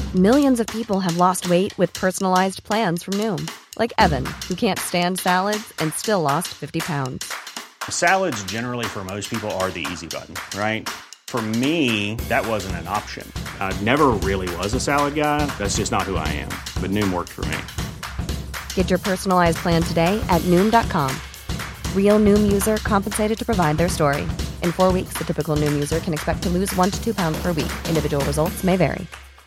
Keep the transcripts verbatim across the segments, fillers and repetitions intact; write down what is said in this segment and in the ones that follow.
Millions of people have lost weight with personalized plans from Noom. Like Evan, who can't stand salads and still lost fifty pounds. Salads generally for most people are the easy button, right? For me, that wasn't an option. I never really was a salad guy. That's just not who I am. But Noom worked for me. Get your personalized plan today at Noom dot com. Real Noom user compensated to provide their story. In four weeks, the typical Noom user can expect to lose one to two pounds per week. Individual results may vary.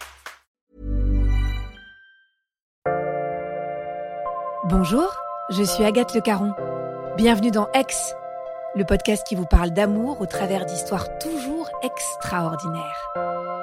Bonjour, je suis Agathe Le Caron. Bienvenue dans Ex, le podcast qui vous parle d'amour au travers d'histoires toujours extraordinaires.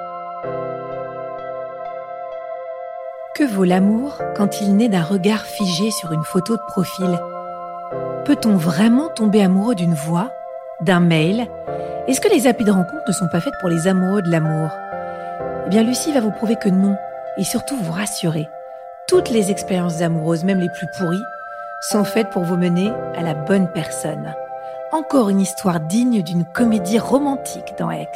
Que vaut l'amour quand il naît d'un regard figé sur une photo de profil ? Peut-on vraiment tomber amoureux d'une voix, d'un mail ? Est-ce que les applis de rencontre ne sont pas faites pour les amoureux de l'amour ? Eh bien, Lucie va vous prouver que non, et surtout vous rassurer. Toutes les expériences amoureuses, même les plus pourries, sont faites pour vous mener à la bonne personne. Encore une histoire digne d'une comédie romantique dans Ex.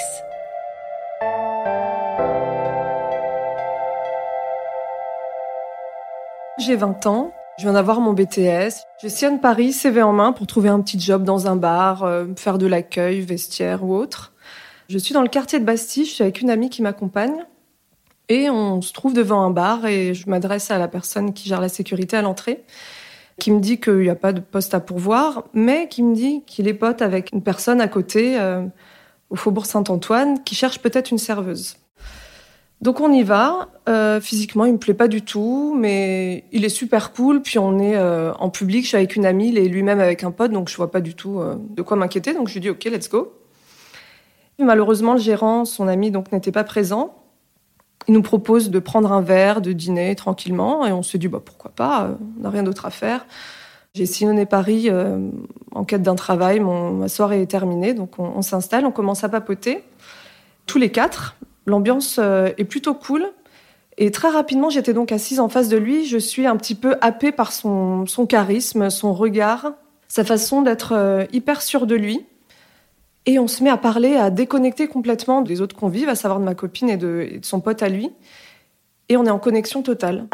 J'ai vingt ans, je viens d'avoir mon B T S. Je sillonne Paris, C V en main, pour trouver un petit job dans un bar, euh, faire de l'accueil, vestiaire ou autre. Je suis dans le quartier de Bastille, je suis avec une amie qui m'accompagne. Et on se trouve devant un bar et je m'adresse à la personne qui gère la sécurité à l'entrée, qui me dit qu'il n'y a pas de poste à pourvoir, mais qui me dit qu'il est pote avec une personne à côté, euh, au Faubourg Saint-Antoine, qui cherche peut-être une serveuse. Donc on y va. Euh, physiquement, il me plaît pas du tout, mais il est super cool. Puis on est euh, en public, je suis avec une amie, il est lui-même avec un pote, donc je vois pas du tout euh, de quoi m'inquiéter. Donc je lui dis OK, let's go. Malheureusement, le gérant, son ami, donc n'était pas présent. Il nous propose de prendre un verre, de dîner tranquillement, et on se dit bah pourquoi pas, euh, on n'a rien d'autre à faire. J'ai sillonné Paris euh, en quête d'un travail, mon, ma soirée est terminée, donc on, on s'installe, on commence à papoter, tous les quatre. L'ambiance euh, est plutôt cool, et très rapidement, j'étais donc assise en face de lui, je suis un petit peu happée par son, son charisme, son regard, sa façon d'être euh, hyper sûre de lui. Et on se met à parler, à déconnecter complètement des autres convives, à savoir de ma copine et de, et de son pote à lui. Et on est en connexion totale.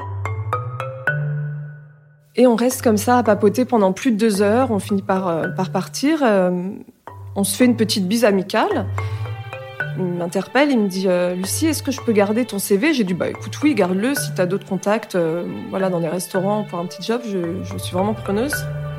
Et on reste comme ça à papoter pendant plus de deux heures. On finit par, euh, par partir. Euh, on se fait une petite bise amicale. Il m'interpelle, il me dit euh, « Lucie, est-ce que je peux garder ton C V ?» J'ai dit bah, « Écoute, oui, garde-le. Si tu as d'autres contacts euh, voilà, dans les restaurants pour un petit job, je, je suis vraiment preneuse. »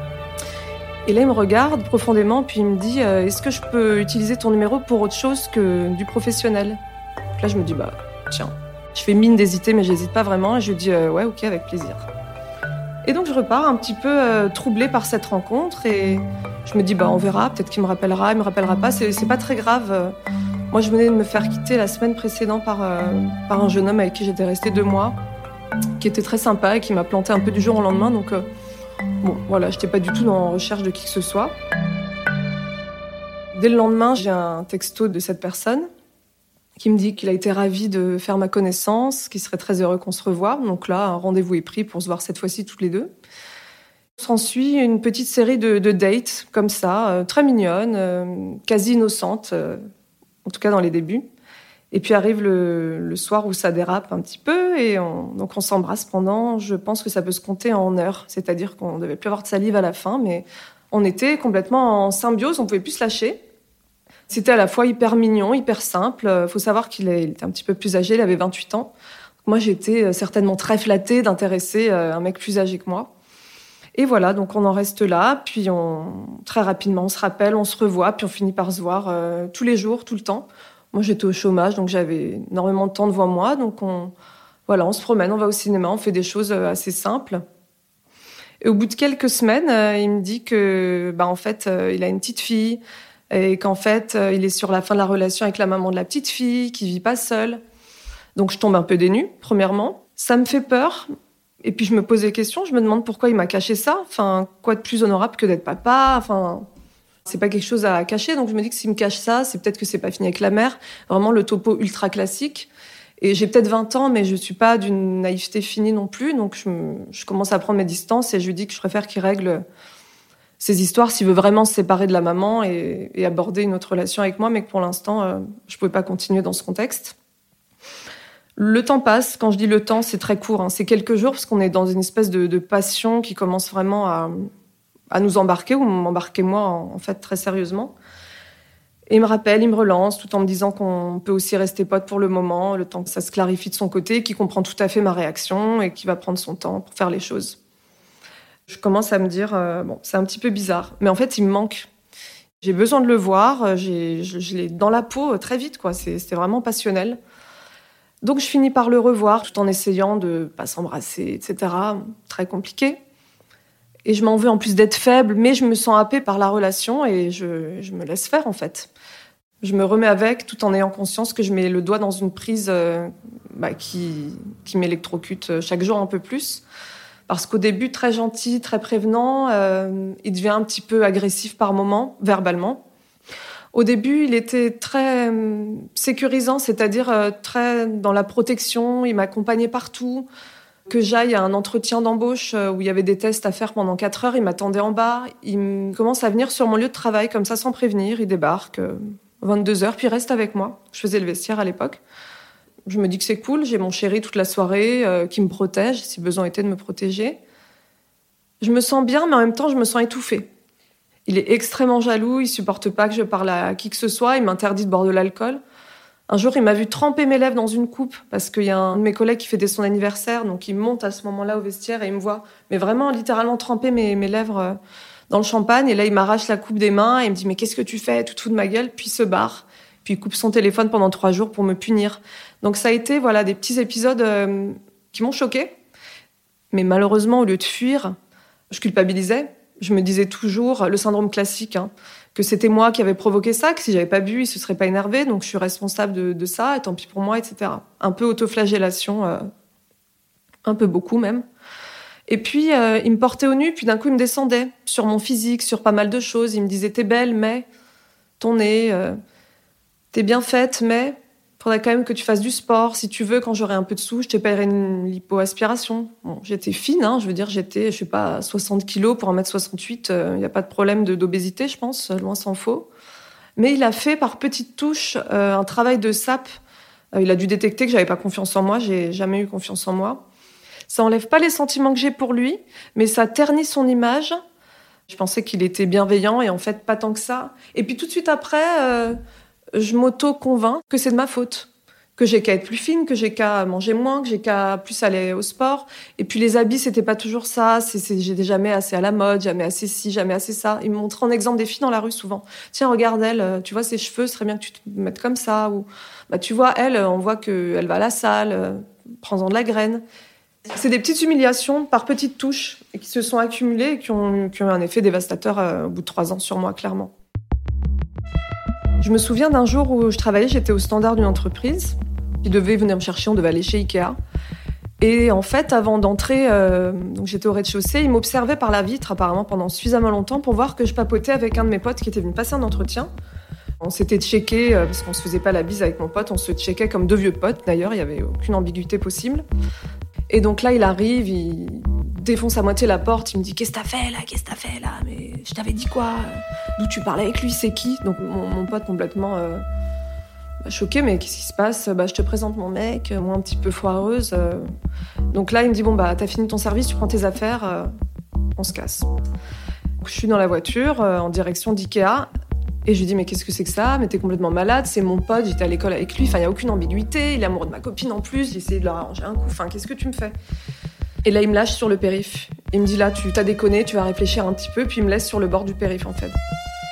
Et là, il me regarde profondément, puis il me dit euh, « Est-ce que je peux utiliser ton numéro pour autre chose que du professionnel ?» Là, je me dis « Bah, tiens. » Je fais mine d'hésiter, mais j'hésite pas vraiment. Et je lui dis euh, « Ouais, ok, avec plaisir. » Et donc, je repars un petit peu euh, troublée par cette rencontre. Et je me dis « Bah, on verra. Peut-être qu'il me rappellera, il me rappellera pas. C'est, c'est pas très grave. » Moi, je venais de me faire quitter la semaine précédente par, euh, par un jeune homme avec qui j'étais restée deux mois, qui était très sympa et qui m'a planté un peu du jour au lendemain. Donc... Euh, Bon, voilà, j'étais pas du tout en recherche de qui que ce soit. Dès le lendemain, j'ai un texto de cette personne qui me dit qu'il a été ravi de faire ma connaissance, qu'il serait très heureux qu'on se revoie. Donc là, un rendez-vous est pris pour se voir cette fois-ci toutes les deux. S'ensuit une petite série de, de dates, comme ça, euh, très mignonnes, euh, quasi innocentes, euh, en tout cas dans les débuts. Et puis arrive le, le soir où ça dérape un petit peu et on, donc on s'embrasse pendant, je pense que ça peut se compter en heures. C'est-à-dire qu'on devait plus avoir de salive à la fin, mais on était complètement en symbiose, on pouvait plus se lâcher. C'était à la fois hyper mignon, hyper simple. Il faut savoir qu'il est, il était un petit peu plus âgé, il avait vingt-huit ans. Moi, j'étais certainement très flattée d'intéresser un mec plus âgé que moi. Et voilà, donc on en reste là, puis on, très rapidement on se rappelle, on se revoit, puis on finit par se voir euh, tous les jours, tout le temps. Moi, j'étais au chômage, donc j'avais énormément de temps devant moi. Donc, on, voilà, on se promène, on va au cinéma, on fait des choses assez simples. Et au bout de quelques semaines, euh, il me dit que, bah, en fait, euh, il a une petite fille et qu'en fait, euh, il est sur la fin de la relation avec la maman de la petite fille, qu'il vit pas seul. Donc, je tombe un peu des nues, premièrement. Ça me fait peur. Et puis, je me pose des questions. Je me demande pourquoi il m'a caché ça. Enfin, quoi de plus honorable que d'être papa ? Enfin... C'est pas quelque chose à cacher, donc je me dis que s'il me cache ça, c'est peut-être que c'est pas fini avec la mère. Vraiment le topo ultra classique. Et j'ai peut-être vingt ans, mais je suis pas d'une naïveté finie non plus, donc je, me, je commence à prendre mes distances et je lui dis que je préfère qu'il règle ses histoires s'il veut vraiment se séparer de la maman et, et aborder une autre relation avec moi, mais que pour l'instant, euh, je pouvais pas continuer dans ce contexte. Le temps passe. Quand je dis le temps, c'est très court. Hein. C'est quelques jours parce qu'on est dans une espèce de, de passion qui commence vraiment à, à nous embarquer, ou m'embarquer moi, en, en fait, très sérieusement. Et il me rappelle, il me relance, tout en me disant qu'on peut aussi rester potes pour le moment, le temps que ça se clarifie de son côté, qu'il comprend tout à fait ma réaction et qu'il va prendre son temps pour faire les choses. Je commence à me dire, euh, bon, c'est un petit peu bizarre, mais en fait, il me manque. J'ai besoin de le voir, j'ai, je, je l'ai dans la peau très vite, quoi. C'est, c'était vraiment passionnel. Donc je finis par le revoir, tout en essayant de ne pas s'embrasser, et cetera. Très compliqué. Et je m'en veux en plus d'être faible, mais je me sens happée par la relation et je, je me laisse faire, en fait. Je me remets avec, tout en ayant conscience que je mets le doigt dans une prise euh, bah, qui, qui m'électrocute chaque jour un peu plus. Parce qu'au début, très gentil, très prévenant, euh, il devient un petit peu agressif par moments, verbalement. Au début, il était très euh, sécurisant, c'est-à-dire euh, très dans la protection. Il m'accompagnait partout. Que j'aille à un entretien d'embauche euh, où il y avait des tests à faire pendant quatre heures, il m'attendait en bas. Il me commence à venir sur mon lieu de travail comme ça, sans prévenir. Il débarque euh, vingt-deux heures, puis il reste avec moi. Je faisais le vestiaire à l'époque. Je me dis que c'est cool. J'ai mon chéri toute la soirée euh, qui me protège, si besoin était de me protéger. Je me sens bien, mais en même temps, je me sens étouffée. Il est extrêmement jaloux, il supporte pas que je parle à qui que ce soit, il m'interdit de boire de l'alcool. Un jour, il m'a vu tremper mes lèvres dans une coupe parce qu'il y a un de mes collègues qui fêtait son anniversaire, donc il monte à ce moment-là au vestiaire et il me voit, mais vraiment littéralement tremper mes, mes lèvres dans le champagne. Et là, il m'arrache la coupe des mains et il me dit « Mais qu'est-ce que tu fais ?» Tout fout de ma gueule, puis il se barre. Puis il coupe son téléphone pendant trois jours pour me punir. Donc ça a été voilà, des petits épisodes euh, qui m'ont choquée. Mais malheureusement, au lieu de fuir, je culpabilisais. Je me disais toujours, le syndrome classique, hein, que c'était moi qui avais provoqué ça, que si j'avais pas bu, il se serait pas énervé, donc je suis responsable de, de ça, et tant pis pour moi, et cetera. Un peu autoflagellation, euh, un peu beaucoup même. Et puis, euh, il me portait au nu, puis d'un coup, il me descendait sur mon physique, sur pas mal de choses. Il me disait « T'es belle, mais ton nez, euh, t'es bien faite, mais faudrait quand même que tu fasses du sport. Si tu veux, quand j'aurai un peu de sous, je te paierai une lipoaspiration. » Bon, j'étais fine, hein, je veux dire, j'étais, je sais pas, soixante kilos pour un mètre soixante-huit. Il euh, n'y a pas de problème de, d'obésité, je pense, loin s'en faut. Mais il a fait par petites touches euh, un travail de sape. Euh, il a dû détecter que j'avais pas confiance en moi. J'ai jamais eu confiance en moi. Ça enlève pas les sentiments que j'ai pour lui, mais ça ternit son image. Je pensais qu'il était bienveillant et en fait, pas tant que ça. Et puis tout de suite après... Euh, je m'auto-convainc que c'est de ma faute, que j'ai qu'à être plus fine, que j'ai qu'à manger moins, que j'ai qu'à plus aller au sport. Et puis les habits, c'était pas toujours ça. C'est, c'est, j'étais jamais assez à la mode, jamais assez ci, jamais assez ça. Il me montrait en exemple des filles dans la rue souvent. Tiens, regarde elle, tu vois ses cheveux, ce serait bien que tu te mettes comme ça. Ou bah tu vois elle, on voit qu'elle va à la salle, prends-en de la graine. C'est des petites humiliations par petites touches qui se sont accumulées et qui ont, qui ont eu un effet dévastateur euh, au bout de trois ans sur moi, clairement. Je me souviens d'un jour où je travaillais, j'étais au standard d'une entreprise. Ils devaient venir me chercher, on devait aller chez Ikea. Et en fait, avant d'entrer, euh, donc j'étais au rez-de-chaussée, ils m'observaient par la vitre apparemment pendant suffisamment longtemps pour voir que je papotais avec un de mes potes qui était venu passer un entretien. On s'était checké, euh, parce qu'on se faisait pas la bise avec mon pote, on se checkait comme deux vieux potes d'ailleurs, il y avait aucune ambiguïté possible. Et donc là, il arrive, il défonce à moitié la porte, il me dit « Qu'est-ce que t'as fait là ? Qu'est-ce que t'as fait là ? Mais je t'avais dit quoi ? D'où tu parlais avec lui ? C'est qui ?» Donc mon, mon pote complètement euh, bah, choqué, mais qu'est-ce qui se passe ? Bah, je te présente mon mec, moi un petit peu foireuse. Euh. Donc là, il me dit « Bon, bah, t'as fini ton service, tu prends tes affaires, euh, on se casse. » Je suis dans la voiture, euh, en direction d'Ikea. Et je lui dis, mais qu'est-ce que c'est que ça ? Mais t'es complètement malade, c'est mon pote, j'étais à l'école avec lui, enfin, il n'y a aucune ambiguïté, il est amoureux de ma copine en plus, j'ai essayé de leur arranger un coup, enfin, qu'est-ce que tu me fais ? Et là, il me lâche sur le périph'. Il me dit, là, tu t'as déconné, tu vas réfléchir un petit peu, puis il me laisse sur le bord du périph', en fait.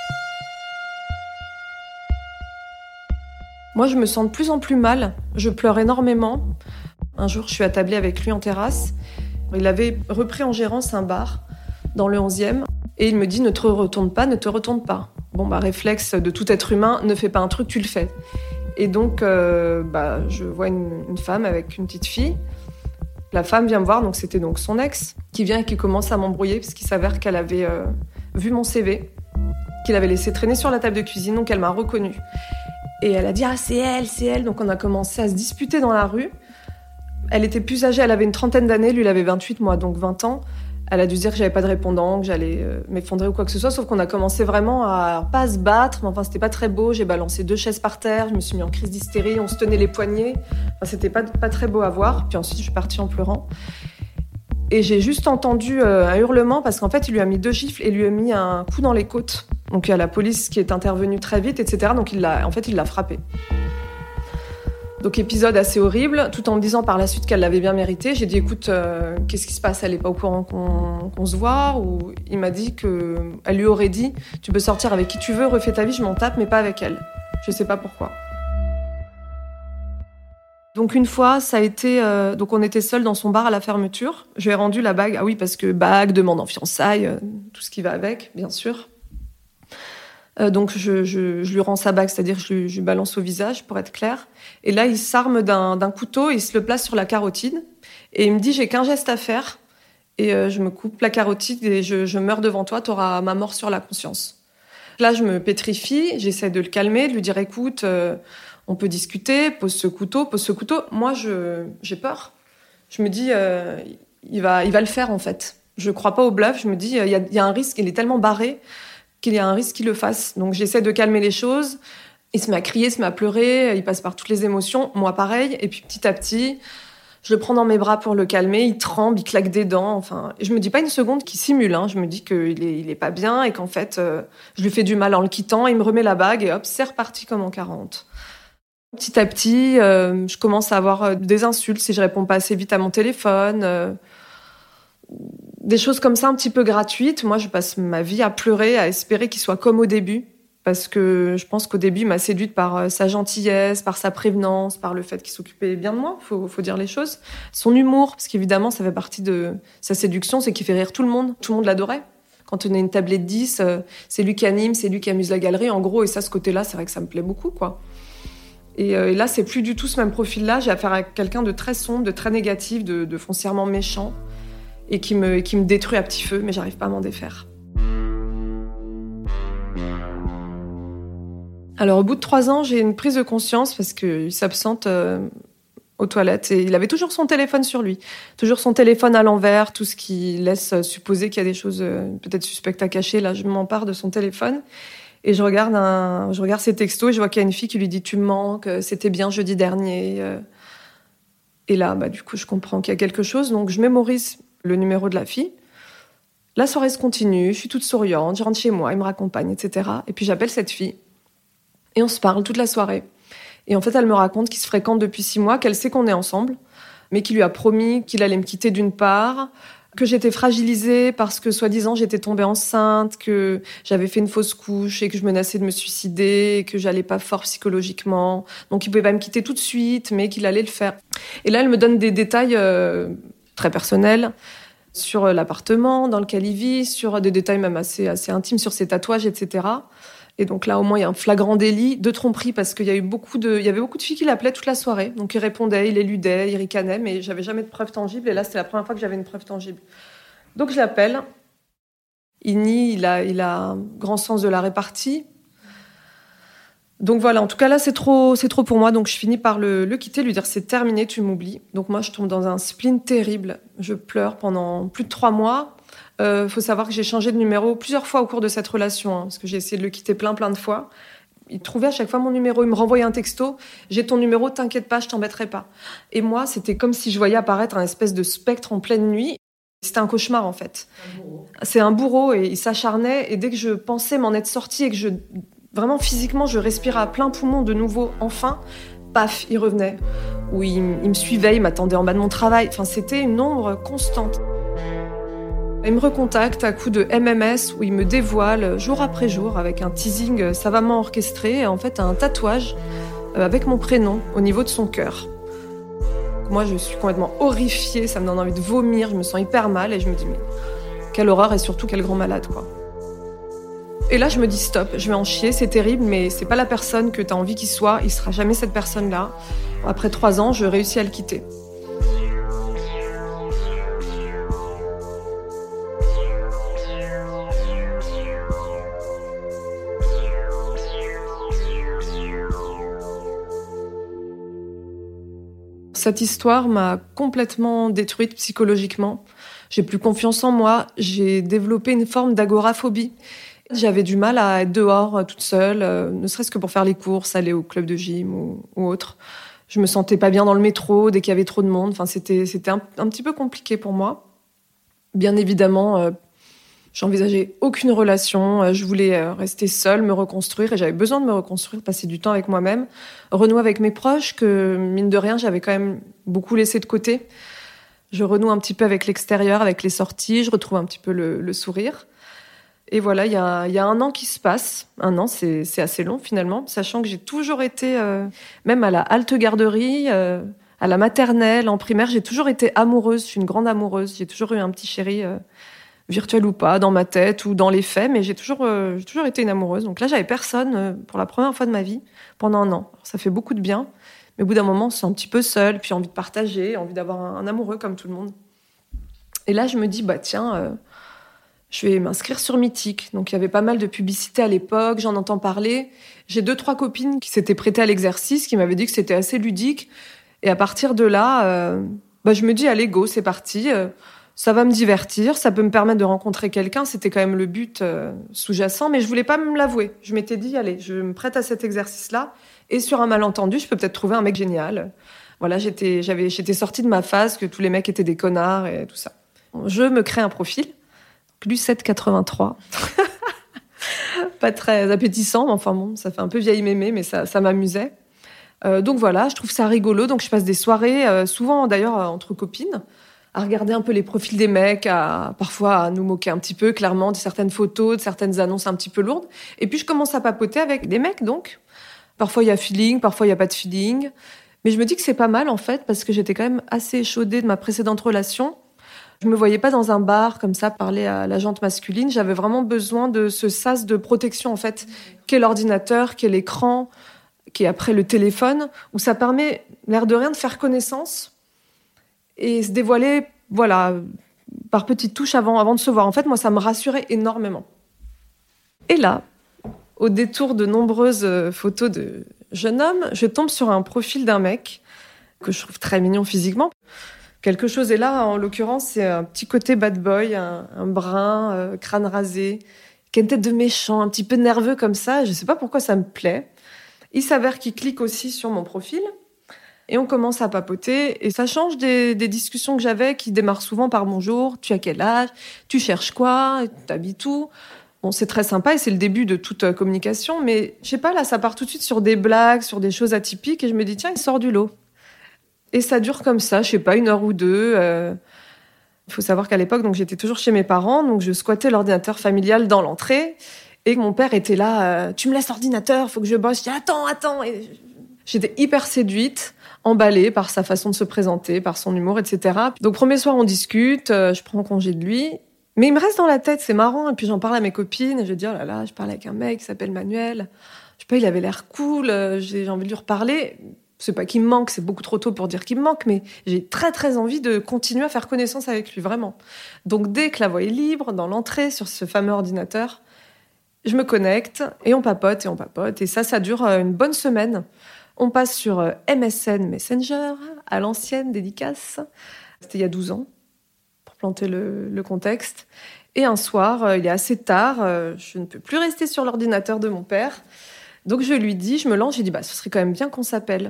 Moi, je me sens de plus en plus mal, je pleure énormément. Un jour, je suis attablée avec lui en terrasse. Il avait repris en gérance un bar dans le onzième, et il me dit, ne te retourne pas, ne te retourne pas. Bon, bah, réflexe de tout être humain, ne fais pas un truc, tu le fais. Et donc, euh, bah, je vois une, une femme avec une petite fille. La femme vient me voir, donc c'était donc son ex, qui vient et qui commence à m'embrouiller, parce qu'il s'avère qu'elle avait euh, vu mon C V, qu'il avait laissé traîner sur la table de cuisine, donc elle m'a reconnue. Et elle a dit « Ah, c'est elle, c'est elle !» Donc on a commencé à se disputer dans la rue. Elle était plus âgée, elle avait une trentaine d'années, lui il avait vingt-huit, moi donc vingt ans. Elle a dû se dire que j'avais pas de répondant, que j'allais euh, m'effondrer ou quoi que ce soit, sauf qu'on a commencé vraiment à pas se battre, mais enfin c'était pas très beau, j'ai balancé deux chaises par terre, je me suis mis en crise d'hystérie, on se tenait les poignets. Enfin, c'était pas, pas très beau à voir. Puis ensuite, je suis partie en pleurant. Et j'ai juste entendu euh, un hurlement parce qu'en fait, il lui a mis deux gifles et lui a mis un coup dans les côtes. Donc il y a la police qui est intervenue très vite, et cetera. Donc il l'a, en fait, il l'a frappé. Donc épisode assez horrible, tout en me disant par la suite qu'elle l'avait bien mérité. J'ai dit écoute, euh, qu'est-ce qui se passe ? Elle est pas au courant qu'on, qu'on se voit ? Ou il m'a dit que, elle lui aurait dit tu peux sortir avec qui tu veux, refais ta vie, je m'en tape, mais pas avec elle. Je sais pas pourquoi. Donc une fois, ça a été, euh, donc on était seuls dans son bar à la fermeture. Je lui ai rendu la bague. Ah oui, parce que bague, demande en fiançailles, euh, tout ce qui va avec, bien sûr. Euh, donc je, je, je lui rends sa bague, c'est-à-dire que je lui, je lui balance au visage, pour être clair. Et là, il s'arme d'un, d'un couteau et il se le place sur la carotide. Et il me dit, j'ai qu'un geste à faire. Et euh, je me coupe la carotide et je, je meurs devant toi, t'auras ma mort sur la conscience. Là, je me pétrifie, j'essaie de le calmer, de lui dire, écoute, euh, on peut discuter, pose ce couteau, pose ce couteau. Moi, je, j'ai peur. Je me dis, euh, il va, il va le faire, en fait. Je crois pas au bluff, je me dis, il y a, il y a un risque, il est tellement barré qu'il y a un risque qu'il le fasse. Donc j'essaie de calmer les choses. Il se met à crier, il se met à pleurer, il passe par toutes les émotions. Moi, pareil. Et puis petit à petit, je le prends dans mes bras pour le calmer. Il tremble, il claque des dents. Enfin, je me dis pas une seconde qu'il simule. Hein. Je me dis qu'il est, il est pas bien et qu'en fait, euh, je lui fais du mal en le quittant. Il me remet la bague et hop, c'est reparti comme en quarante. Petit à petit, euh, je commence à avoir des insultes si je réponds pas assez vite à mon téléphone. Euh, Des choses comme ça, un petit peu gratuites. Moi, je passe ma vie à pleurer, à espérer qu'il soit comme au début. Parce que je pense qu'au début, il m'a séduite par sa gentillesse, par sa prévenance, par le fait qu'il s'occupait bien de moi, faut, faut dire les choses. Son humour, parce qu'évidemment, ça fait partie de sa séduction, c'est qu'il fait rire tout le monde. Tout le monde l'adorait. Quand on a une tablée de dix, c'est lui qui anime, c'est lui qui amuse la galerie, en gros. Et ça, ce côté-là, c'est vrai que ça me plaît beaucoup, quoi. Et, euh, et là, c'est plus du tout ce même profil-là. J'ai affaire à quelqu'un de très sombre, de très négatif, de, de foncièrement méchant. Et qui me, qui me détruit à petit feu, mais j'arrive pas à m'en défaire. Alors, au bout de trois ans, j'ai une prise de conscience parce qu'il s'absente euh, aux toilettes. Et il avait toujours son téléphone sur lui. Toujours son téléphone à l'envers, tout ce qui laisse supposer qu'il y a des choses euh, peut-être suspectes à cacher. Là, je m'empare de son téléphone. Et je regarde, un, je regarde ses textos et je vois qu'il y a une fille qui lui dit « Tu me manques, c'était bien jeudi dernier. » Et là, bah, du coup, je comprends qu'il y a quelque chose. Donc, je mémorise le numéro de la fille. La soirée se continue, je suis toute souriante, je rentre chez moi, il me raccompagne, et cetera. Et puis j'appelle cette fille. Et on se parle toute la soirée. Et en fait, elle me raconte qu'ils se fréquentent depuis six mois, qu'elle sait qu'on est ensemble, mais qu'il lui a promis qu'il allait me quitter d'une part, que j'étais fragilisée parce que, soi-disant, j'étais tombée enceinte, que j'avais fait une fausse couche et que je menaçais de me suicider, que j'allais pas fort psychologiquement. Donc il pouvait pas me quitter tout de suite, mais qu'il allait le faire. Et là, elle me donne des détails euh, très personnel, sur l'appartement dans lequel il vit, sur des détails même assez, assez intimes, sur ses tatouages, et cetera. Et donc là, au moins, il y a un flagrant délit de tromperie, parce qu'il y a eu beaucoup de, il y avait beaucoup de filles qui l'appelaient toute la soirée. Donc il répondait, il éludait, il ricanait, mais j'avais jamais de preuve tangible. Et là, c'était la première fois que j'avais une preuve tangible. Donc je l'appelle. Il nie, il a, il a un grand sens de la répartie. Donc voilà, en tout cas là, c'est trop, c'est trop pour moi. Donc je finis par le, le quitter, lui dire c'est terminé, tu m'oublies. Donc moi, je tombe dans un spleen terrible. Je pleure pendant plus de trois mois. Euh, faut savoir que j'ai changé de numéro plusieurs fois au cours de cette relation, hein, parce que j'ai essayé de le quitter plein, plein de fois. Il trouvait à chaque fois mon numéro, il me renvoyait un texto. J'ai ton numéro, t'inquiète pas, je t'embêterai pas. Et moi, c'était comme si je voyais apparaître un espèce de spectre en pleine nuit. C'était un cauchemar, en fait. Un bourreau. C'est un bourreau, et il s'acharnait. Et dès que je pensais m'en être sortie et que je... Vraiment, physiquement, je respirais à plein poumon de nouveau, enfin, paf, il revenait. Ou il, il me suivait, il m'attendait en bas de mon travail. Enfin, c'était une ombre constante. Il me recontacte à coup de M M S où il me dévoile jour après jour avec un teasing savamment orchestré, en fait un tatouage avec mon prénom au niveau de son cœur. Moi, je suis complètement horrifiée, ça me donne envie de vomir, je me sens hyper mal et je me dis mais quelle horreur et surtout quel grand malade, quoi. Et là, je me dis stop, je vais en chier, c'est terrible, mais c'est pas la personne que t'as envie qu'il soit, il sera jamais cette personne-là. Après trois ans, je réussis à le quitter. Cette histoire m'a complètement détruite psychologiquement. J'ai plus confiance en moi, j'ai développé une forme d'agoraphobie. J'avais du mal à être dehors toute seule, euh, ne serait-ce que pour faire les courses, aller au club de gym ou, ou autre. Je me sentais pas bien dans le métro dès qu'il y avait trop de monde. Enfin, c'était, c'était un, un petit peu compliqué pour moi. Bien évidemment, euh, j'envisageais aucune relation. Je voulais euh, rester seule, me reconstruire. Et j'avais besoin de me reconstruire, passer du temps avec moi-même, renouer avec mes proches que, mine de rien, j'avais quand même beaucoup laissé de côté. Je renoue un petit peu avec l'extérieur, avec les sorties. Je retrouve un petit peu le, le sourire. Et voilà, il y a, y a un an qui se passe. Un an, c'est, c'est assez long finalement, sachant que j'ai toujours été, euh, même à la halte garderie, euh, à la maternelle, en primaire, j'ai toujours été amoureuse. Je suis une grande amoureuse. J'ai toujours eu un petit chéri, euh, virtuel ou pas, dans ma tête ou dans les faits, mais j'ai toujours, euh, j'ai toujours été une amoureuse. Donc là, j'avais personne euh, pour la première fois de ma vie pendant un an. Alors, ça fait beaucoup de bien, mais au bout d'un moment, on se sent un petit peu seul, puis envie de partager, envie d'avoir un, un amoureux comme tout le monde. Et là, je me dis, bah tiens... Euh, je vais m'inscrire sur Mythique. Donc, il y avait pas mal de publicité à l'époque, j'en entends parler. J'ai deux, trois copines qui s'étaient prêtées à l'exercice, qui m'avaient dit que c'était assez ludique. Et à partir de là, euh, bah, je me dis, allez, go, c'est parti. Euh, ça va me divertir, ça peut me permettre de rencontrer quelqu'un. C'était quand même le but euh, sous-jacent, mais je voulais pas me l'avouer. Je m'étais dit, allez, je me prête à cet exercice-là. Et sur un malentendu, je peux peut-être trouver un mec génial. Voilà, j'étais, j'avais, j'étais sortie de ma phase, que tous les mecs étaient des connards et tout ça. Je me crée un profil. Lucette quatre-vingt-trois. Pas très appétissant, mais enfin bon, ça fait un peu vieille mémé, mais ça, ça m'amusait. Euh, donc voilà, je trouve ça rigolo. Donc je passe des soirées, euh, souvent d'ailleurs euh, entre copines, à regarder un peu les profils des mecs, à parfois à nous moquer un petit peu, clairement, de certaines photos, de certaines annonces un petit peu lourdes. Et puis je commence à papoter avec des mecs, donc. Parfois il y a feeling, parfois il n'y a pas de feeling. Mais je me dis que c'est pas mal, en fait, parce que j'étais quand même assez échaudée de ma précédente relation. Je me voyais pas dans un bar comme ça parler à la jante masculine. J'avais vraiment besoin de ce sas de protection en fait, qu'est l'ordinateur, qu'est l'écran, qu'est après le téléphone, où ça permet l'air de rien de faire connaissance et se dévoiler, voilà, par petites touches avant, avant de se voir. En fait, moi, ça me rassurait énormément. Et là, au détour de nombreuses photos de jeunes hommes, je tombe sur un profil d'un mec que je trouve très mignon physiquement. Quelque chose est là, en l'occurrence, c'est un petit côté bad boy, un, un brun, euh, crâne rasé, qui a une tête de méchant, un petit peu nerveux comme ça. Je sais pas pourquoi ça me plaît. Il s'avère qu'il clique aussi sur mon profil et on commence à papoter. Et ça change des, des discussions que j'avais qui démarrent souvent par bonjour, tu as quel âge, tu cherches quoi, t'habites où. Bon, c'est très sympa et c'est le début de toute euh, communication, mais je sais pas, là, ça part tout de suite sur des blagues, sur des choses atypiques et je me dis, tiens, il sort du lot. Et ça dure comme ça, je sais pas, une heure ou deux. Euh... Il faut savoir qu'à l'époque, donc j'étais toujours chez mes parents, donc je squattais l'ordinateur familial dans l'entrée. Et mon père était là, euh, tu me laisses l'ordinateur, faut que je bosse. Je dis, attends, attends. Et j'étais hyper séduite, emballée par sa façon de se présenter, par son humour, et cetera. Donc premier soir, on discute, euh, je prends congé de lui. Mais il me reste dans la tête, c'est marrant. Et puis j'en parle à mes copines, et je dis, oh là là, je parle avec un mec qui s'appelle Manuel. Je sais pas, il avait l'air cool, euh, j'ai, j'ai envie de lui reparler. C'est pas qu'il me manque, c'est beaucoup trop tôt pour dire qu'il me manque, mais j'ai très très envie de continuer à faire connaissance avec lui, vraiment. Donc dès que la voie est libre, dans l'entrée, sur ce fameux ordinateur, je me connecte et on papote et on papote. Et ça, ça dure une bonne semaine. On passe sur M S N Messenger, à l'ancienne, dédicace. C'était il y a douze ans, pour planter le, le contexte. Et un soir, il est assez tard, je ne peux plus rester sur l'ordinateur de mon père. Donc je lui dis, je me lance, j'ai dit, bah, ce serait quand même bien qu'on s'appelle.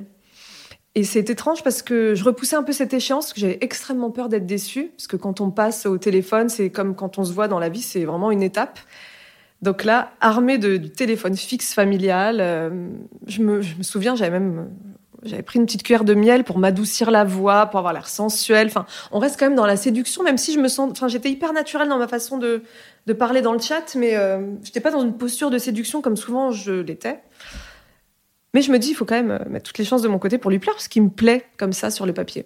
Et c'est étrange parce que je repoussais un peu cette échéance, parce que j'avais extrêmement peur d'être déçue, parce que quand on passe au téléphone, c'est comme quand on se voit dans la vie, c'est vraiment une étape. Donc là, armée de, du téléphone fixe familial, euh, je, me, je me souviens, j'avais même j'avais pris une petite cuillère de miel pour m'adoucir la voix, pour avoir l'air sensuelle. Enfin, on reste quand même dans la séduction, même si je me sens, enfin, j'étais hyper naturelle dans ma façon de, de parler dans le chat, mais euh, j'étais pas dans une posture de séduction comme souvent je l'étais. Mais je me dis, il faut quand même mettre toutes les chances de mon côté pour lui plaire, parce qu'il me plaît comme ça sur le papier.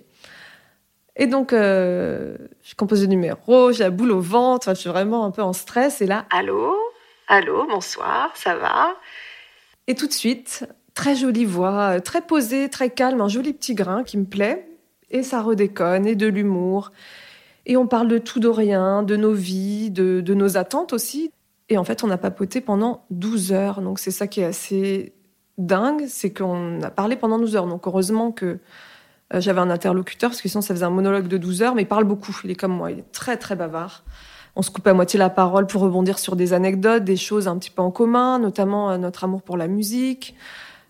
Et donc, euh, je compose le numéro, j'ai la boule au ventre, enfin, je suis vraiment un peu en stress. Et là, allô, allô, bonsoir, ça va ? Et tout de suite, très jolie voix, très posée, très calme, un joli petit grain qui me plaît. Et ça redéconne, et de l'humour. Et on parle de tout, de rien, de nos vies, de, de nos attentes aussi. Et en fait, on a papoté pendant douze heures. Donc, c'est ça qui est assez dingue, c'est qu'on a parlé pendant douze heures. Donc, heureusement que euh, j'avais un interlocuteur, parce que sinon, ça faisait un monologue de douze heures. Mais il parle beaucoup, il est comme moi, il est très, très bavard. On se coupe à moitié la parole pour rebondir sur des anecdotes, des choses un petit peu en commun, notamment euh, notre amour pour la musique.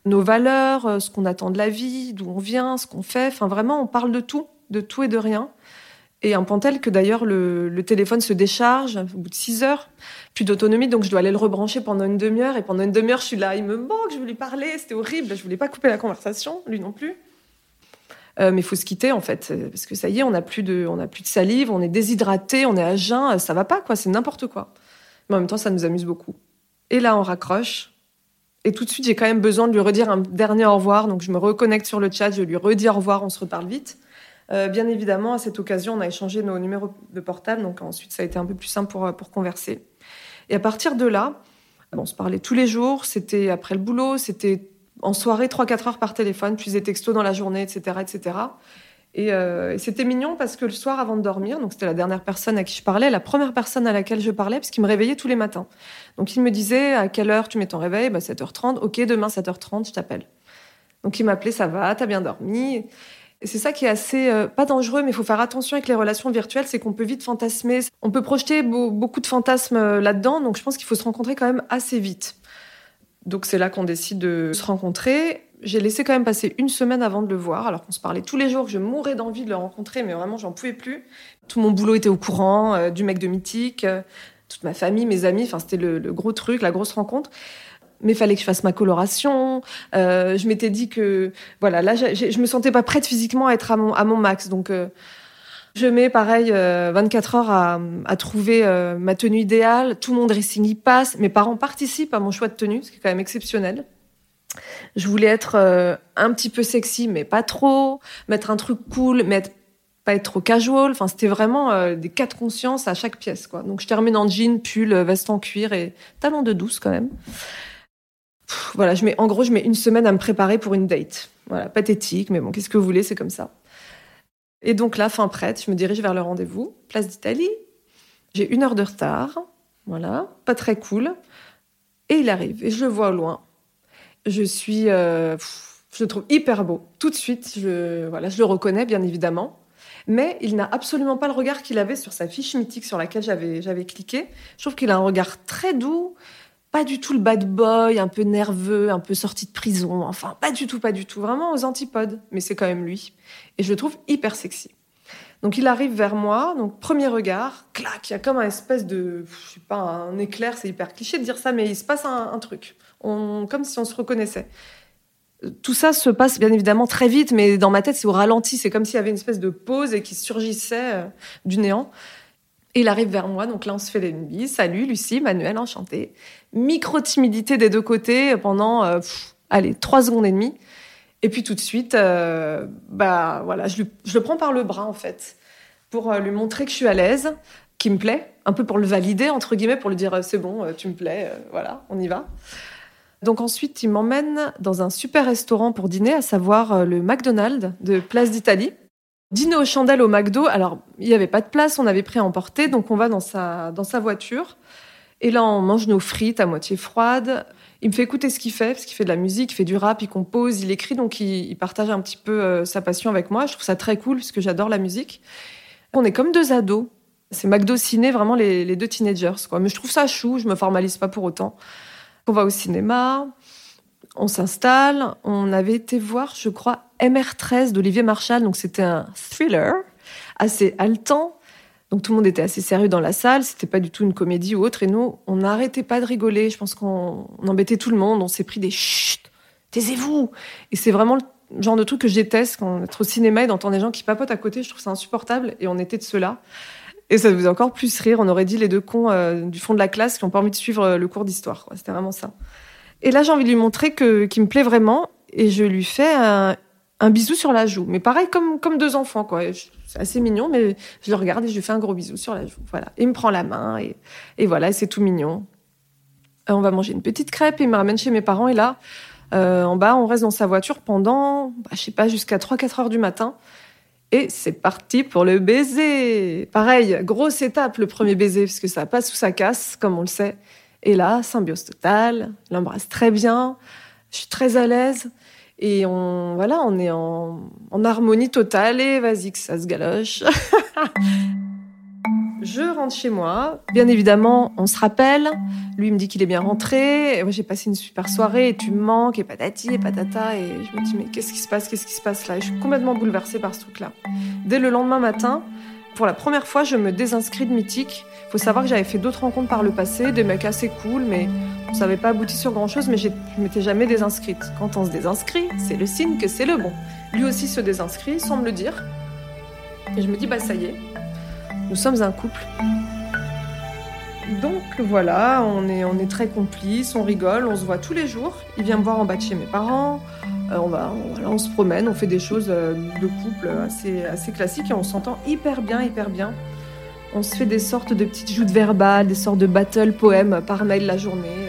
nos valeurs, ce qu'on attend de la vie, d'où on vient, ce qu'on fait. Enfin, vraiment, on parle de tout, de tout et de rien. Et un point tel que d'ailleurs, le, le téléphone se décharge au bout de six heures. Plus d'autonomie, donc je dois aller le rebrancher pendant une demi-heure. Et pendant une demi-heure, je suis là, il me manque, je veux lui parler, c'était horrible. Je voulais pas couper la conversation, lui non plus. Euh, mais il faut se quitter, en fait, parce que ça y est, on n'a plus de, on n'a plus de salive, on est déshydraté, on est à jeun, ça va pas, quoi, c'est n'importe quoi. Mais en même temps, ça nous amuse beaucoup. Et là, on raccroche. Et tout de suite, j'ai quand même besoin de lui redire un dernier au revoir. Donc, je me reconnecte sur le chat, je lui redis au revoir, on se reparle vite. Euh, bien évidemment, à cette occasion, on a échangé nos numéros de portable. Donc, ensuite, ça a été un peu plus simple pour, pour converser. Et à partir de là, bon, on se parlait tous les jours. C'était après le boulot, c'était en soirée, trois à quatre heures par téléphone, puis des textos dans la journée, et cetera, et cetera. Et, euh, et c'était mignon parce que le soir, avant de dormir, donc c'était la dernière personne à qui je parlais, la première personne à laquelle je parlais, parce qu'il me réveillait tous les matins. Donc il me disait, à quelle heure tu mets ton réveil ? Bah, sept heures trente. Ok, demain, sept heures trente, je t'appelle. Donc il m'appelait, ça va, t'as bien dormi ? Et c'est ça qui est assez, euh, pas dangereux, mais il faut faire attention avec les relations virtuelles, c'est qu'on peut vite fantasmer. On peut projeter beau, beaucoup de fantasmes là-dedans, donc je pense qu'il faut se rencontrer quand même assez vite. Donc c'est là qu'on décide de se rencontrer. J'ai laissé quand même passer une semaine avant de le voir, alors qu'on se parlait tous les jours, que je mourais d'envie de le rencontrer, mais vraiment, j'en pouvais plus. Tout mon boulot était au courant, euh, du mec de Mythique, euh, toute ma famille, mes amis, enfin, c'était le, le gros truc, la grosse rencontre. Mais il fallait que je fasse ma coloration. Euh, je m'étais dit que, voilà, là, j'ai, je me sentais pas prête physiquement à être à mon, à mon max. Donc, euh, je mets, pareil, euh, vingt-quatre heures à, à trouver euh, ma tenue idéale. Tout mon dressing y passe. Mes parents participent à mon choix de tenue, ce qui est quand même exceptionnel. Je voulais être euh, un petit peu sexy, mais pas trop. Mettre un truc cool, mais être, pas être trop casual. Enfin, c'était vraiment euh, des cas de conscience à chaque pièce, quoi. Donc, je termine en jean, pull, veste en cuir et talons de douce, quand même. Pff, voilà, je mets, en gros, je mets une semaine à me préparer pour une date. Voilà, pathétique, mais bon, qu'est-ce que vous voulez, c'est comme ça. Et donc là, fin prête, je me dirige vers le rendez-vous, place d'Italie. J'ai une heure de retard, voilà, pas très cool. Et il arrive, et je le vois au loin. Je suis, euh, pff, je le trouve hyper beau. Tout de suite, je, voilà, je le reconnais, bien évidemment. Mais il n'a absolument pas le regard qu'il avait sur sa fiche Mythique sur laquelle j'avais, j'avais cliqué. Je trouve qu'il a un regard très doux, pas du tout le bad boy, un peu nerveux, un peu sorti de prison. Enfin, pas du tout, pas du tout. Vraiment aux antipodes. Mais c'est quand même lui. Et je le trouve hyper sexy. Donc il arrive vers moi, donc premier regard, clac, il y a comme un espèce de, je sais pas, un éclair, c'est hyper cliché de dire ça, mais il se passe un, un truc. On, comme si on se reconnaissait. Tout ça se passe bien évidemment très vite, mais dans ma tête, c'est au ralenti. C'est comme s'il y avait une espèce de pause et qui surgissait euh, du néant. Et il arrive vers moi, donc là, on se fait une bise. Salut, Lucie, Manuel, enchantée. Micro-timidité des deux côtés pendant, euh, pff, allez, trois secondes et demie. Et puis tout de suite, euh, bah voilà, je, lui, je le prends par le bras, en fait, pour euh, lui montrer que je suis à l'aise, qu'il me plaît, un peu pour le valider, entre guillemets, pour lui dire euh, « c'est bon, euh, tu me plais, euh, voilà, on y va ». Donc ensuite, il m'emmène dans un super restaurant pour dîner, à savoir euh, le McDonald's de Place d'Italie. Dîner aux chandelles au McDo, alors il n'y avait pas de place, on avait pris à emporter, donc on va dans sa, dans sa voiture. Et là, on mange nos frites à moitié froides. Il me fait écouter ce qu'il fait, parce qu'il fait de la musique, il fait du rap, il compose, il écrit, donc il, il partage un petit peu euh, sa passion avec moi. Je trouve ça très cool, parce que j'adore la musique. On est comme deux ados. C'est McDo Ciné, vraiment les, les deux teenagers, quoi. Mais je trouve ça chou, je me formalise pas pour autant. On va au cinéma, on s'installe. On avait été voir, je crois, M R treize d'Olivier Marchal, donc c'était un thriller assez haletant. Donc tout le monde était assez sérieux dans la salle, c'était pas du tout une comédie ou autre. Et nous, on n'arrêtait pas de rigoler. Je pense qu'on on embêtait tout le monde. On s'est pris des chut, taisez-vous. Et c'est vraiment le genre de truc que je déteste quand on est au cinéma et d'entendre des gens qui papotent à côté. Je trouve ça insupportable. Et on était de ceux-là. Et ça nous faisait encore plus rire. On aurait dit les deux cons euh, du fond de la classe qui n'ont pas envie de suivre le cours d'histoire, quoi. C'était vraiment ça. Et là, j'ai envie de lui montrer que, qu'il me plaît vraiment. Et je lui fais un, un bisou sur la joue. Mais pareil, comme, comme deux enfants, quoi. C'est assez mignon, mais je le regarde et je lui fais un gros bisou sur la joue. Voilà. Et il me prend la main et, et voilà, et c'est tout mignon. Euh, on va manger une petite crêpe et il me ramène chez mes parents. Et là, euh, en bas, on reste dans sa voiture pendant, bah, je sais pas, jusqu'à trois à quatre heures du matin. Et c'est parti pour le baiser. Pareil, grosse étape, le premier baiser, parce que ça passe ou ça casse, comme on le sait. Et là, symbiose totale, il l'embrasse très bien, je suis très à l'aise. Et on, voilà, on est en, en harmonie totale. Et vas-y que ça se galoche. Je rentre chez moi. Bien évidemment, on se rappelle. Lui, il me dit qu'il est bien rentré. Et moi, j'ai passé une super soirée et tu me manques et patati et patata. Et je me dis, mais qu'est-ce qui se passe? Qu'est-ce qui se passe là? Et je suis complètement bouleversée par ce truc-là. Dès le lendemain matin, pour la première fois, je me désinscris de Mythique. Il faut savoir que j'avais fait d'autres rencontres par le passé, des mecs assez cool, mais ça n'avait pas abouti sur grand-chose, mais je ne m'étais jamais désinscrite. Quand on se désinscrit, c'est le signe que c'est le bon. Lui aussi se désinscrit, sans me le dire. Et je me dis, bah ça y est, nous sommes un couple. Donc voilà, on est, on est très complices, on rigole, on se voit tous les jours. Il vient me voir en bas de chez mes parents. Euh, on, va, on, voilà, on se promène, on fait des choses euh, de couple assez, assez classiques et on s'entend hyper bien, hyper bien. On se fait des sortes de petites joutes verbales, des sortes de battle poèmes par mail la journée.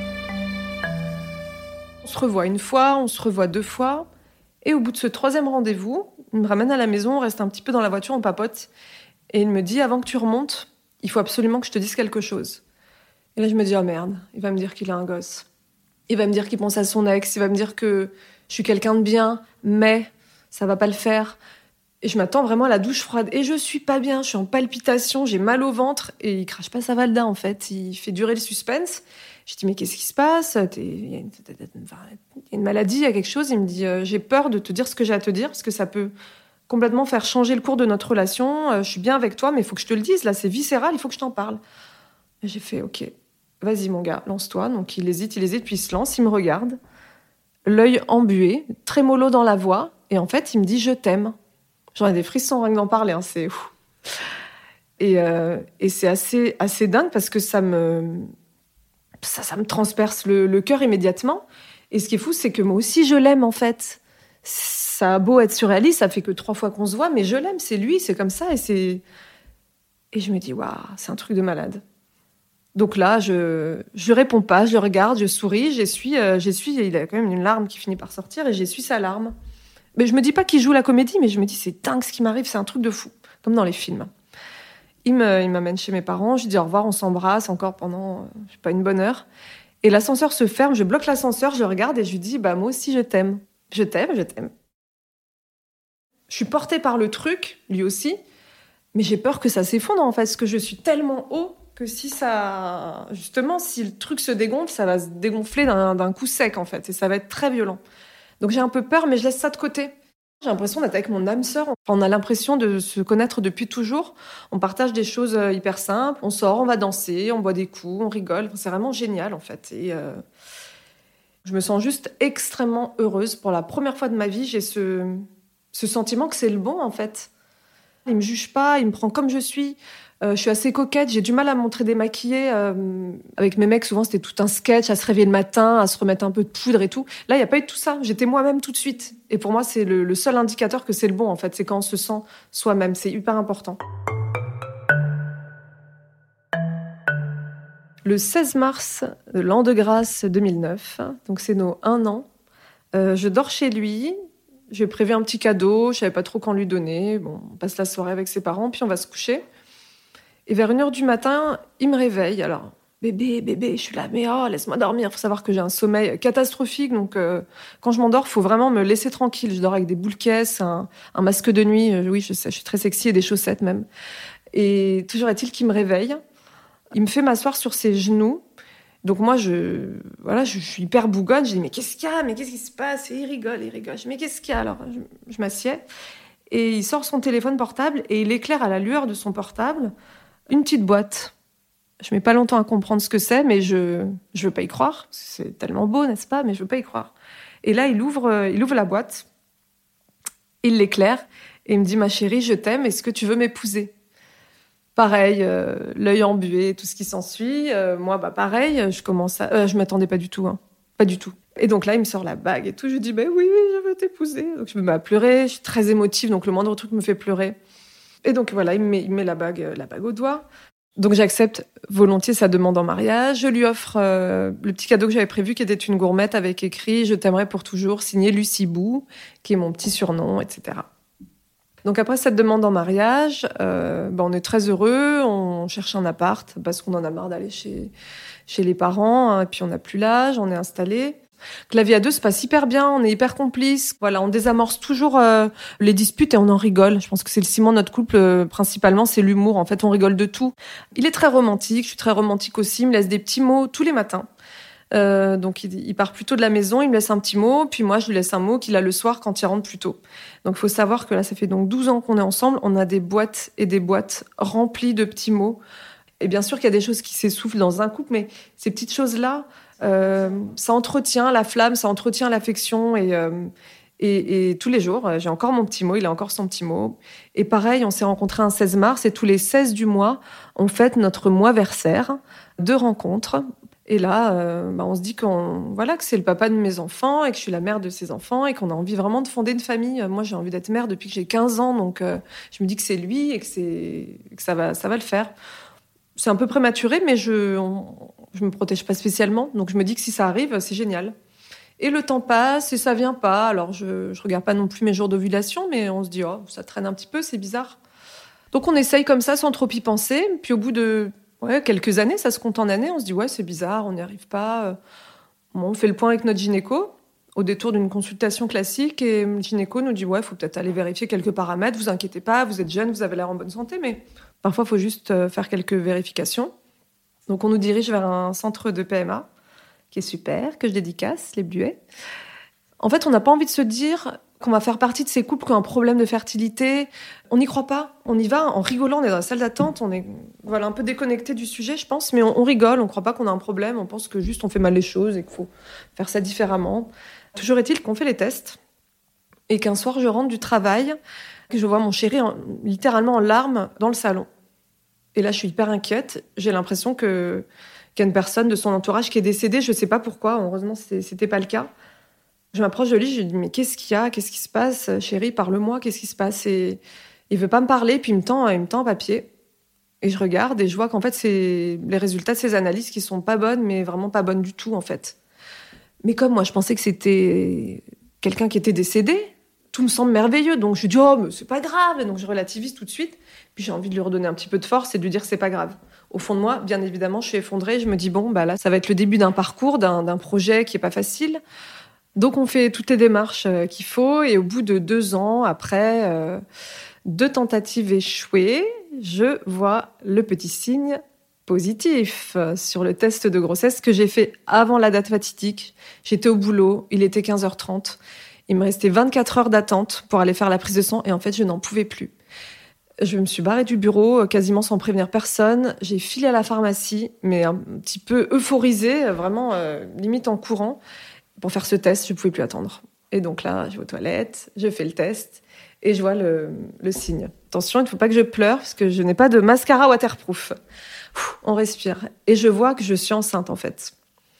On se revoit une fois, on se revoit deux fois. Et au bout de ce troisième rendez-vous, il me ramène à la maison, on reste un petit peu dans la voiture, on papote. Et il me dit, avant que tu remontes, il faut absolument que je te dise quelque chose. Et là, je me dis, oh merde, il va me dire qu'il a un gosse. Il va me dire qu'il pense à son ex, il va me dire que je suis quelqu'un de bien, mais ça va pas le faire. Et je m'attends vraiment à la douche froide. Et je suis pas bien, je suis en palpitation, j'ai mal au ventre. Et il crache pas sa valda, en fait. Il fait durer le suspense. Je dis, mais qu'est-ce qui se passe? Il y a une, une maladie, il y a quelque chose. Il me dit, euh, j'ai peur de te dire ce que j'ai à te dire, parce que ça peut complètement faire changer le cours de notre relation. Euh, je suis bien avec toi, mais il faut que je te le dise. Là, c'est viscéral, il faut que je t'en parle. Et j'ai fait, ok, vas-y mon gars, lance-toi. Donc il hésite, il hésite, puis il se lance, il me regarde. L'œil embué, très mollo dans la voix. Et en fait, il me dit, je t'aime. J'en ai des frissons rien que d'en parler, hein, c'est ouf. Et, euh, et c'est assez, assez dingue parce que ça me, ça, ça me transperce le, le cœur immédiatement. Et ce qui est fou, c'est que moi aussi, je l'aime, en fait. Ça a beau être surréaliste, ça fait que trois fois qu'on se voit, mais je l'aime, c'est lui, c'est comme ça. Et, c'est... et je me dis, waouh, c'est un truc de malade. Donc là, je je réponds pas, je le regarde, je souris, j'essuie, euh, j'essuie, il a quand même une larme qui finit par sortir, et j'essuie sa larme. Mais je me dis pas qu'il joue la comédie, mais je me dis, c'est dingue ce qui m'arrive, c'est un truc de fou, comme dans les films. Il, me, il m'amène chez mes parents, je dis au revoir, on s'embrasse encore pendant, euh, je sais pas, une bonne heure. Et l'ascenseur se ferme, je bloque l'ascenseur, je le regarde et je lui dis, bah moi aussi je t'aime. Je t'aime, je t'aime. Je suis portée par le truc, lui aussi, mais j'ai peur que ça s'effondre en fait, parce que je suis tellement haut que si ça, justement, si le truc se dégonfle, ça va se dégonfler d'un, d'un coup sec en fait, et ça va être très violent. Donc j'ai un peu peur, mais je laisse ça de côté. J'ai l'impression d'être avec mon âme sœur. On a l'impression de se connaître depuis toujours. On partage des choses hyper simples. On sort, on va danser, on boit des coups, on rigole. C'est vraiment génial, en fait. Et euh, je me sens juste extrêmement heureuse. Pour la première fois de ma vie, j'ai ce, ce sentiment que c'est le bon, en fait. Il me juge pas, il me prend comme je suis. Euh, je suis assez coquette, j'ai du mal à me montrer démaquillée. Euh, avec mes mecs, souvent, c'était tout un sketch, à se réveiller le matin, à se remettre un peu de poudre et tout. Là, il n'y a pas eu tout ça. J'étais moi-même tout de suite. Et pour moi, c'est le, le seul indicateur que c'est le bon, en fait. C'est quand on se sent soi-même. C'est hyper important. Le seize mars de l'an de grâce deux mille neuf, donc c'est nos un an, euh, je dors chez lui. J'ai prévu un petit cadeau, je savais pas trop quand lui donner. Bon, on passe la soirée avec ses parents, puis on va se coucher. Et vers une heure du matin, il me réveille. Alors, bébé, bébé, je suis là, mais oh, laisse-moi dormir. Il faut savoir que j'ai un sommeil catastrophique, donc euh, quand je m'endors, il faut vraiment me laisser tranquille. Je dors avec des boules caisses, un, un masque de nuit, euh, oui, je sais, je suis très sexy, et des chaussettes même. Et toujours est-il qu'il me réveille. Il me fait m'asseoir sur ses genoux. Donc moi, je, voilà, je, je suis hyper bougonne. Je dis, mais qu'est-ce qu'il y a? Mais qu'est-ce qui se passe? Et il rigole, il rigole. Je dis, mais qu'est-ce qu'il y a? Alors, je, je m'assieds. Et il sort son téléphone portable et il éclaire à la lueur de son portable une petite boîte. Je mets pas longtemps à comprendre ce que c'est, mais je je veux pas y croire. C'est tellement beau, n'est-ce pas? Mais je veux pas y croire. Et là, il ouvre, il ouvre la boîte, il l'éclaire et il me dit, ma chérie, je t'aime. Est-ce que tu veux m'épouser? Pareil, euh, l'œil embué, tout ce qui s'ensuit. Euh, moi, bah pareil, je commence à, euh, je m'attendais pas du tout, hein, pas du tout. Et donc là, il me sort la bague et tout. Je dis, bah oui, oui, je veux t'épouser. Donc je me mets à pleurer. Je suis très émotive, donc le moindre truc me fait pleurer. Et donc voilà, il me met, il me met la bague, la bague au doigt. Donc j'accepte volontiers sa demande en mariage. Je lui offre euh, le petit cadeau que j'avais prévu, qui était une gourmette avec écrit « Je t'aimerai pour toujours », signé Lucie Bou, qui est mon petit surnom, et cetera. Donc après cette demande en mariage, euh, ben on est très heureux, on cherche un appart parce qu'on en a marre d'aller chez, chez les parents, hein, et puis on n'a plus l'âge, on est installé. Que la vie à deux se passe hyper bien, on est hyper complices. Voilà, on désamorce toujours euh, les disputes et on en rigole. Je pense que c'est le ciment de notre couple, euh, principalement, c'est l'humour. En fait, on rigole de tout. Il est très romantique, je suis très romantique aussi. Il me laisse des petits mots tous les matins. Euh, donc, il, il part plus tôt de la maison, il me laisse un petit mot, puis moi, je lui laisse un mot qu'il a le soir quand il rentre plus tôt. Donc, il faut savoir que là, ça fait donc douze ans qu'on est ensemble. On a des boîtes et des boîtes remplies de petits mots. Et bien sûr qu'il y a des choses qui s'essoufflent dans un couple, mais ces petites choses-là, Euh, ça entretient la flamme, ça entretient l'affection et, euh, et, et tous les jours, j'ai encore mon petit mot, il a encore son petit mot. Et pareil, on s'est rencontrés un seize mars et tous les seize du mois, on fête notre mois-versaire de rencontres. Et là, euh, bah on se dit qu'on, voilà, que c'est le papa de mes enfants et que je suis la mère de ses enfants et qu'on a envie vraiment de fonder une famille. Moi, j'ai envie d'être mère depuis que j'ai quinze ans, donc euh, je me dis que c'est lui et que, c'est, que ça va, ça va le faire. C'est un peu prématuré, mais je on, je me protège pas spécialement. Donc je me dis que si ça arrive, c'est génial. Et le temps passe et ça vient pas. Alors je je regarde pas non plus mes jours d'ovulation, mais on se dit oh ça traîne un petit peu, c'est bizarre. Donc on essaye comme ça sans trop y penser. Puis au bout de ouais, quelques années, ça se compte en années, on se dit ouais c'est bizarre, on n'y arrive pas. Bon, on fait le point avec notre gynéco au détour d'une consultation classique et le gynéco nous dit ouais faut peut-être aller vérifier quelques paramètres. Vous inquiétez pas, vous êtes jeune, vous avez l'air en bonne santé, mais parfois, il faut juste faire quelques vérifications. Donc, on nous dirige vers un centre de P M A qui est super, que je dédicace, les Bluets. En fait, on n'a pas envie de se dire qu'on va faire partie de ces couples qui ont un problème de fertilité. On n'y croit pas. On y va en rigolant. On est dans la salle d'attente. On est voilà, un peu déconnecté du sujet, je pense. Mais on, on rigole. On ne croit pas qu'on a un problème. On pense que juste on fait mal les choses et qu'il faut faire ça différemment. Toujours est-il qu'on fait les tests et qu'un soir, je rentre du travail, que je vois mon chéri en, littéralement en larmes dans le salon. Et là, je suis hyper inquiète. J'ai l'impression que, qu'il y a une personne de son entourage qui est décédée. Je ne sais pas pourquoi. Heureusement, ce n'était pas le cas. Je m'approche de lui. Je lui dis, mais qu'est-ce qu'il y a ? Qu'est-ce qui se passe ? Chérie, parle-moi. Qu'est-ce qui se passe ? Et il ne veut pas me parler. Puis il me tend, il me tend un papier. Et je regarde et je vois qu'en fait, c'est les résultats de ces analyses qui ne sont pas bonnes, mais vraiment pas bonnes du tout, en fait. Mais comme moi, je pensais que c'était quelqu'un qui était décédé, tout me semble merveilleux. Donc je lui dis, oh, mais c'est pas grave. Et donc je relativise tout de suite. Puis j'ai envie de lui redonner un petit peu de force et de lui dire que c'est pas grave. Au fond de moi, bien évidemment, je suis effondrée. Je me dis, bon, bah là, ça va être le début d'un parcours, d'un, d'un projet qui est pas facile. Donc on fait toutes les démarches euh, qu'il faut. Et au bout de deux ans, après euh, deux tentatives échouées, je vois le petit signe positif sur le test de grossesse que j'ai fait avant la date fatidique. J'étais au boulot, il était quinze heures trente. Il me restait vingt-quatre heures d'attente pour aller faire la prise de sang et en fait, je n'en pouvais plus. Je me suis barrée du bureau quasiment sans prévenir personne. J'ai filé à la pharmacie, mais un petit peu euphorisée, vraiment euh, limite en courant. Pour faire ce test, je ne pouvais plus attendre. Et donc là, je vais aux toilettes, je fais le test et je vois le, le signe. Attention, il ne faut pas que je pleure parce que je n'ai pas de mascara waterproof. On respire. Et je vois que je suis enceinte, en fait.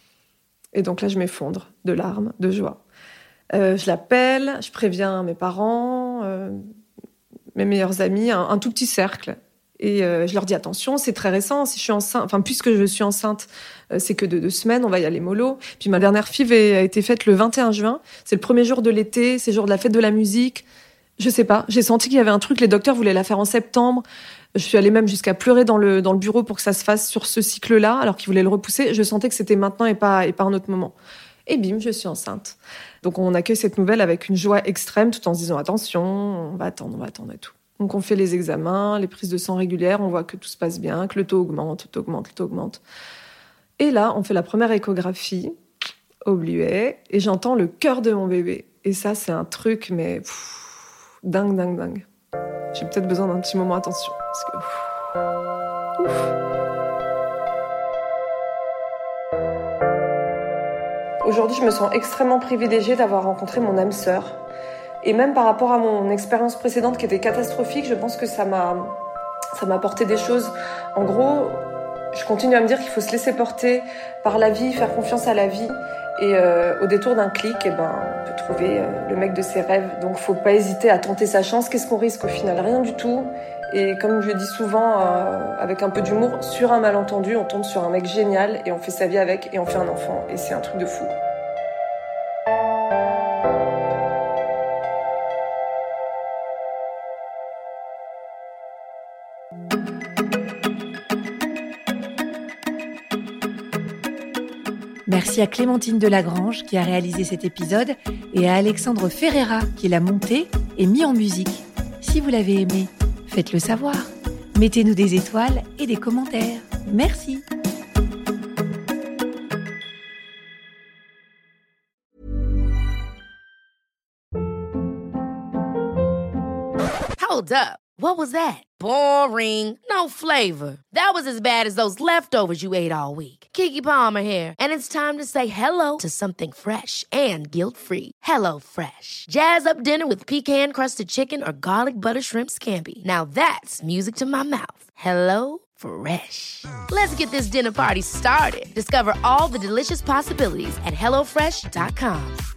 Et donc là, je m'effondre de larmes, de joie. Euh, je l'appelle, je préviens mes parents, euh, mes meilleurs amis, un, un tout petit cercle. Et euh, je leur dis, attention, c'est très récent, si je suis enceinte, enfin, puisque je suis enceinte, euh, c'est que de deux semaines, on va y aller mollo. Puis ma dernière F I V a été faite le vingt et un juin. C'est le premier jour de l'été, c'est le jour de la fête de la musique. Je sais pas, j'ai senti qu'il y avait un truc, les docteurs voulaient la faire en septembre. Je suis allée même jusqu'à pleurer dans le, dans le bureau pour que ça se fasse sur ce cycle-là, alors qu'ils voulaient le repousser. Je sentais que c'était maintenant et pas, et pas un autre moment. Et bim, je suis enceinte. Donc on accueille cette nouvelle avec une joie extrême, tout en se disant attention, on va attendre, on va attendre et tout. Donc on fait les examens, les prises de sang régulières, on voit que tout se passe bien, que le taux augmente, le taux augmente, le taux augmente. Et là, on fait la première échographie au Bluet, et j'entends le cœur de mon bébé. Et ça, c'est un truc, mais pff, dingue, dingue, dingue. J'ai peut-être besoin d'un petit moment attention. Parce que, ouf, ouf. Aujourd'hui, je me sens extrêmement privilégiée d'avoir rencontré mon âme sœur. Et même par rapport à mon expérience précédente qui était catastrophique, je pense que ça m'a, ça m'a apporté des choses. En gros, je continue à me dire qu'il faut se laisser porter par la vie, faire confiance à la vie. Et euh, au détour d'un clic, eh ben, on peut trouver euh, le mec de ses rêves. Donc, faut pas hésiter à tenter sa chance. Qu'est-ce qu'on risque au final ? Rien du tout. Et comme je le dis souvent, euh, avec un peu d'humour, sur un malentendu, on tombe sur un mec génial et on fait sa vie avec et on fait un enfant. Et c'est un truc de fou. Merci à Clémentine Delagrange qui a réalisé cet épisode et à Alexandre Ferreira qui l'a monté et mis en musique. Si vous l'avez aimé, faites-le savoir. Mettez-nous des étoiles et des commentaires. Merci. Hold up. What was that? Boring. No flavor. That was as bad as those leftovers you ate all week. Keke Palmer here, and it's time to say hello to something fresh and guilt-free. Hello Fresh. Jazz up dinner with pecan-crusted chicken or garlic butter shrimp scampi. Now that's music to my mouth. Hello Fresh. Let's get this dinner party started. Discover all the delicious possibilities at hello fresh dot com.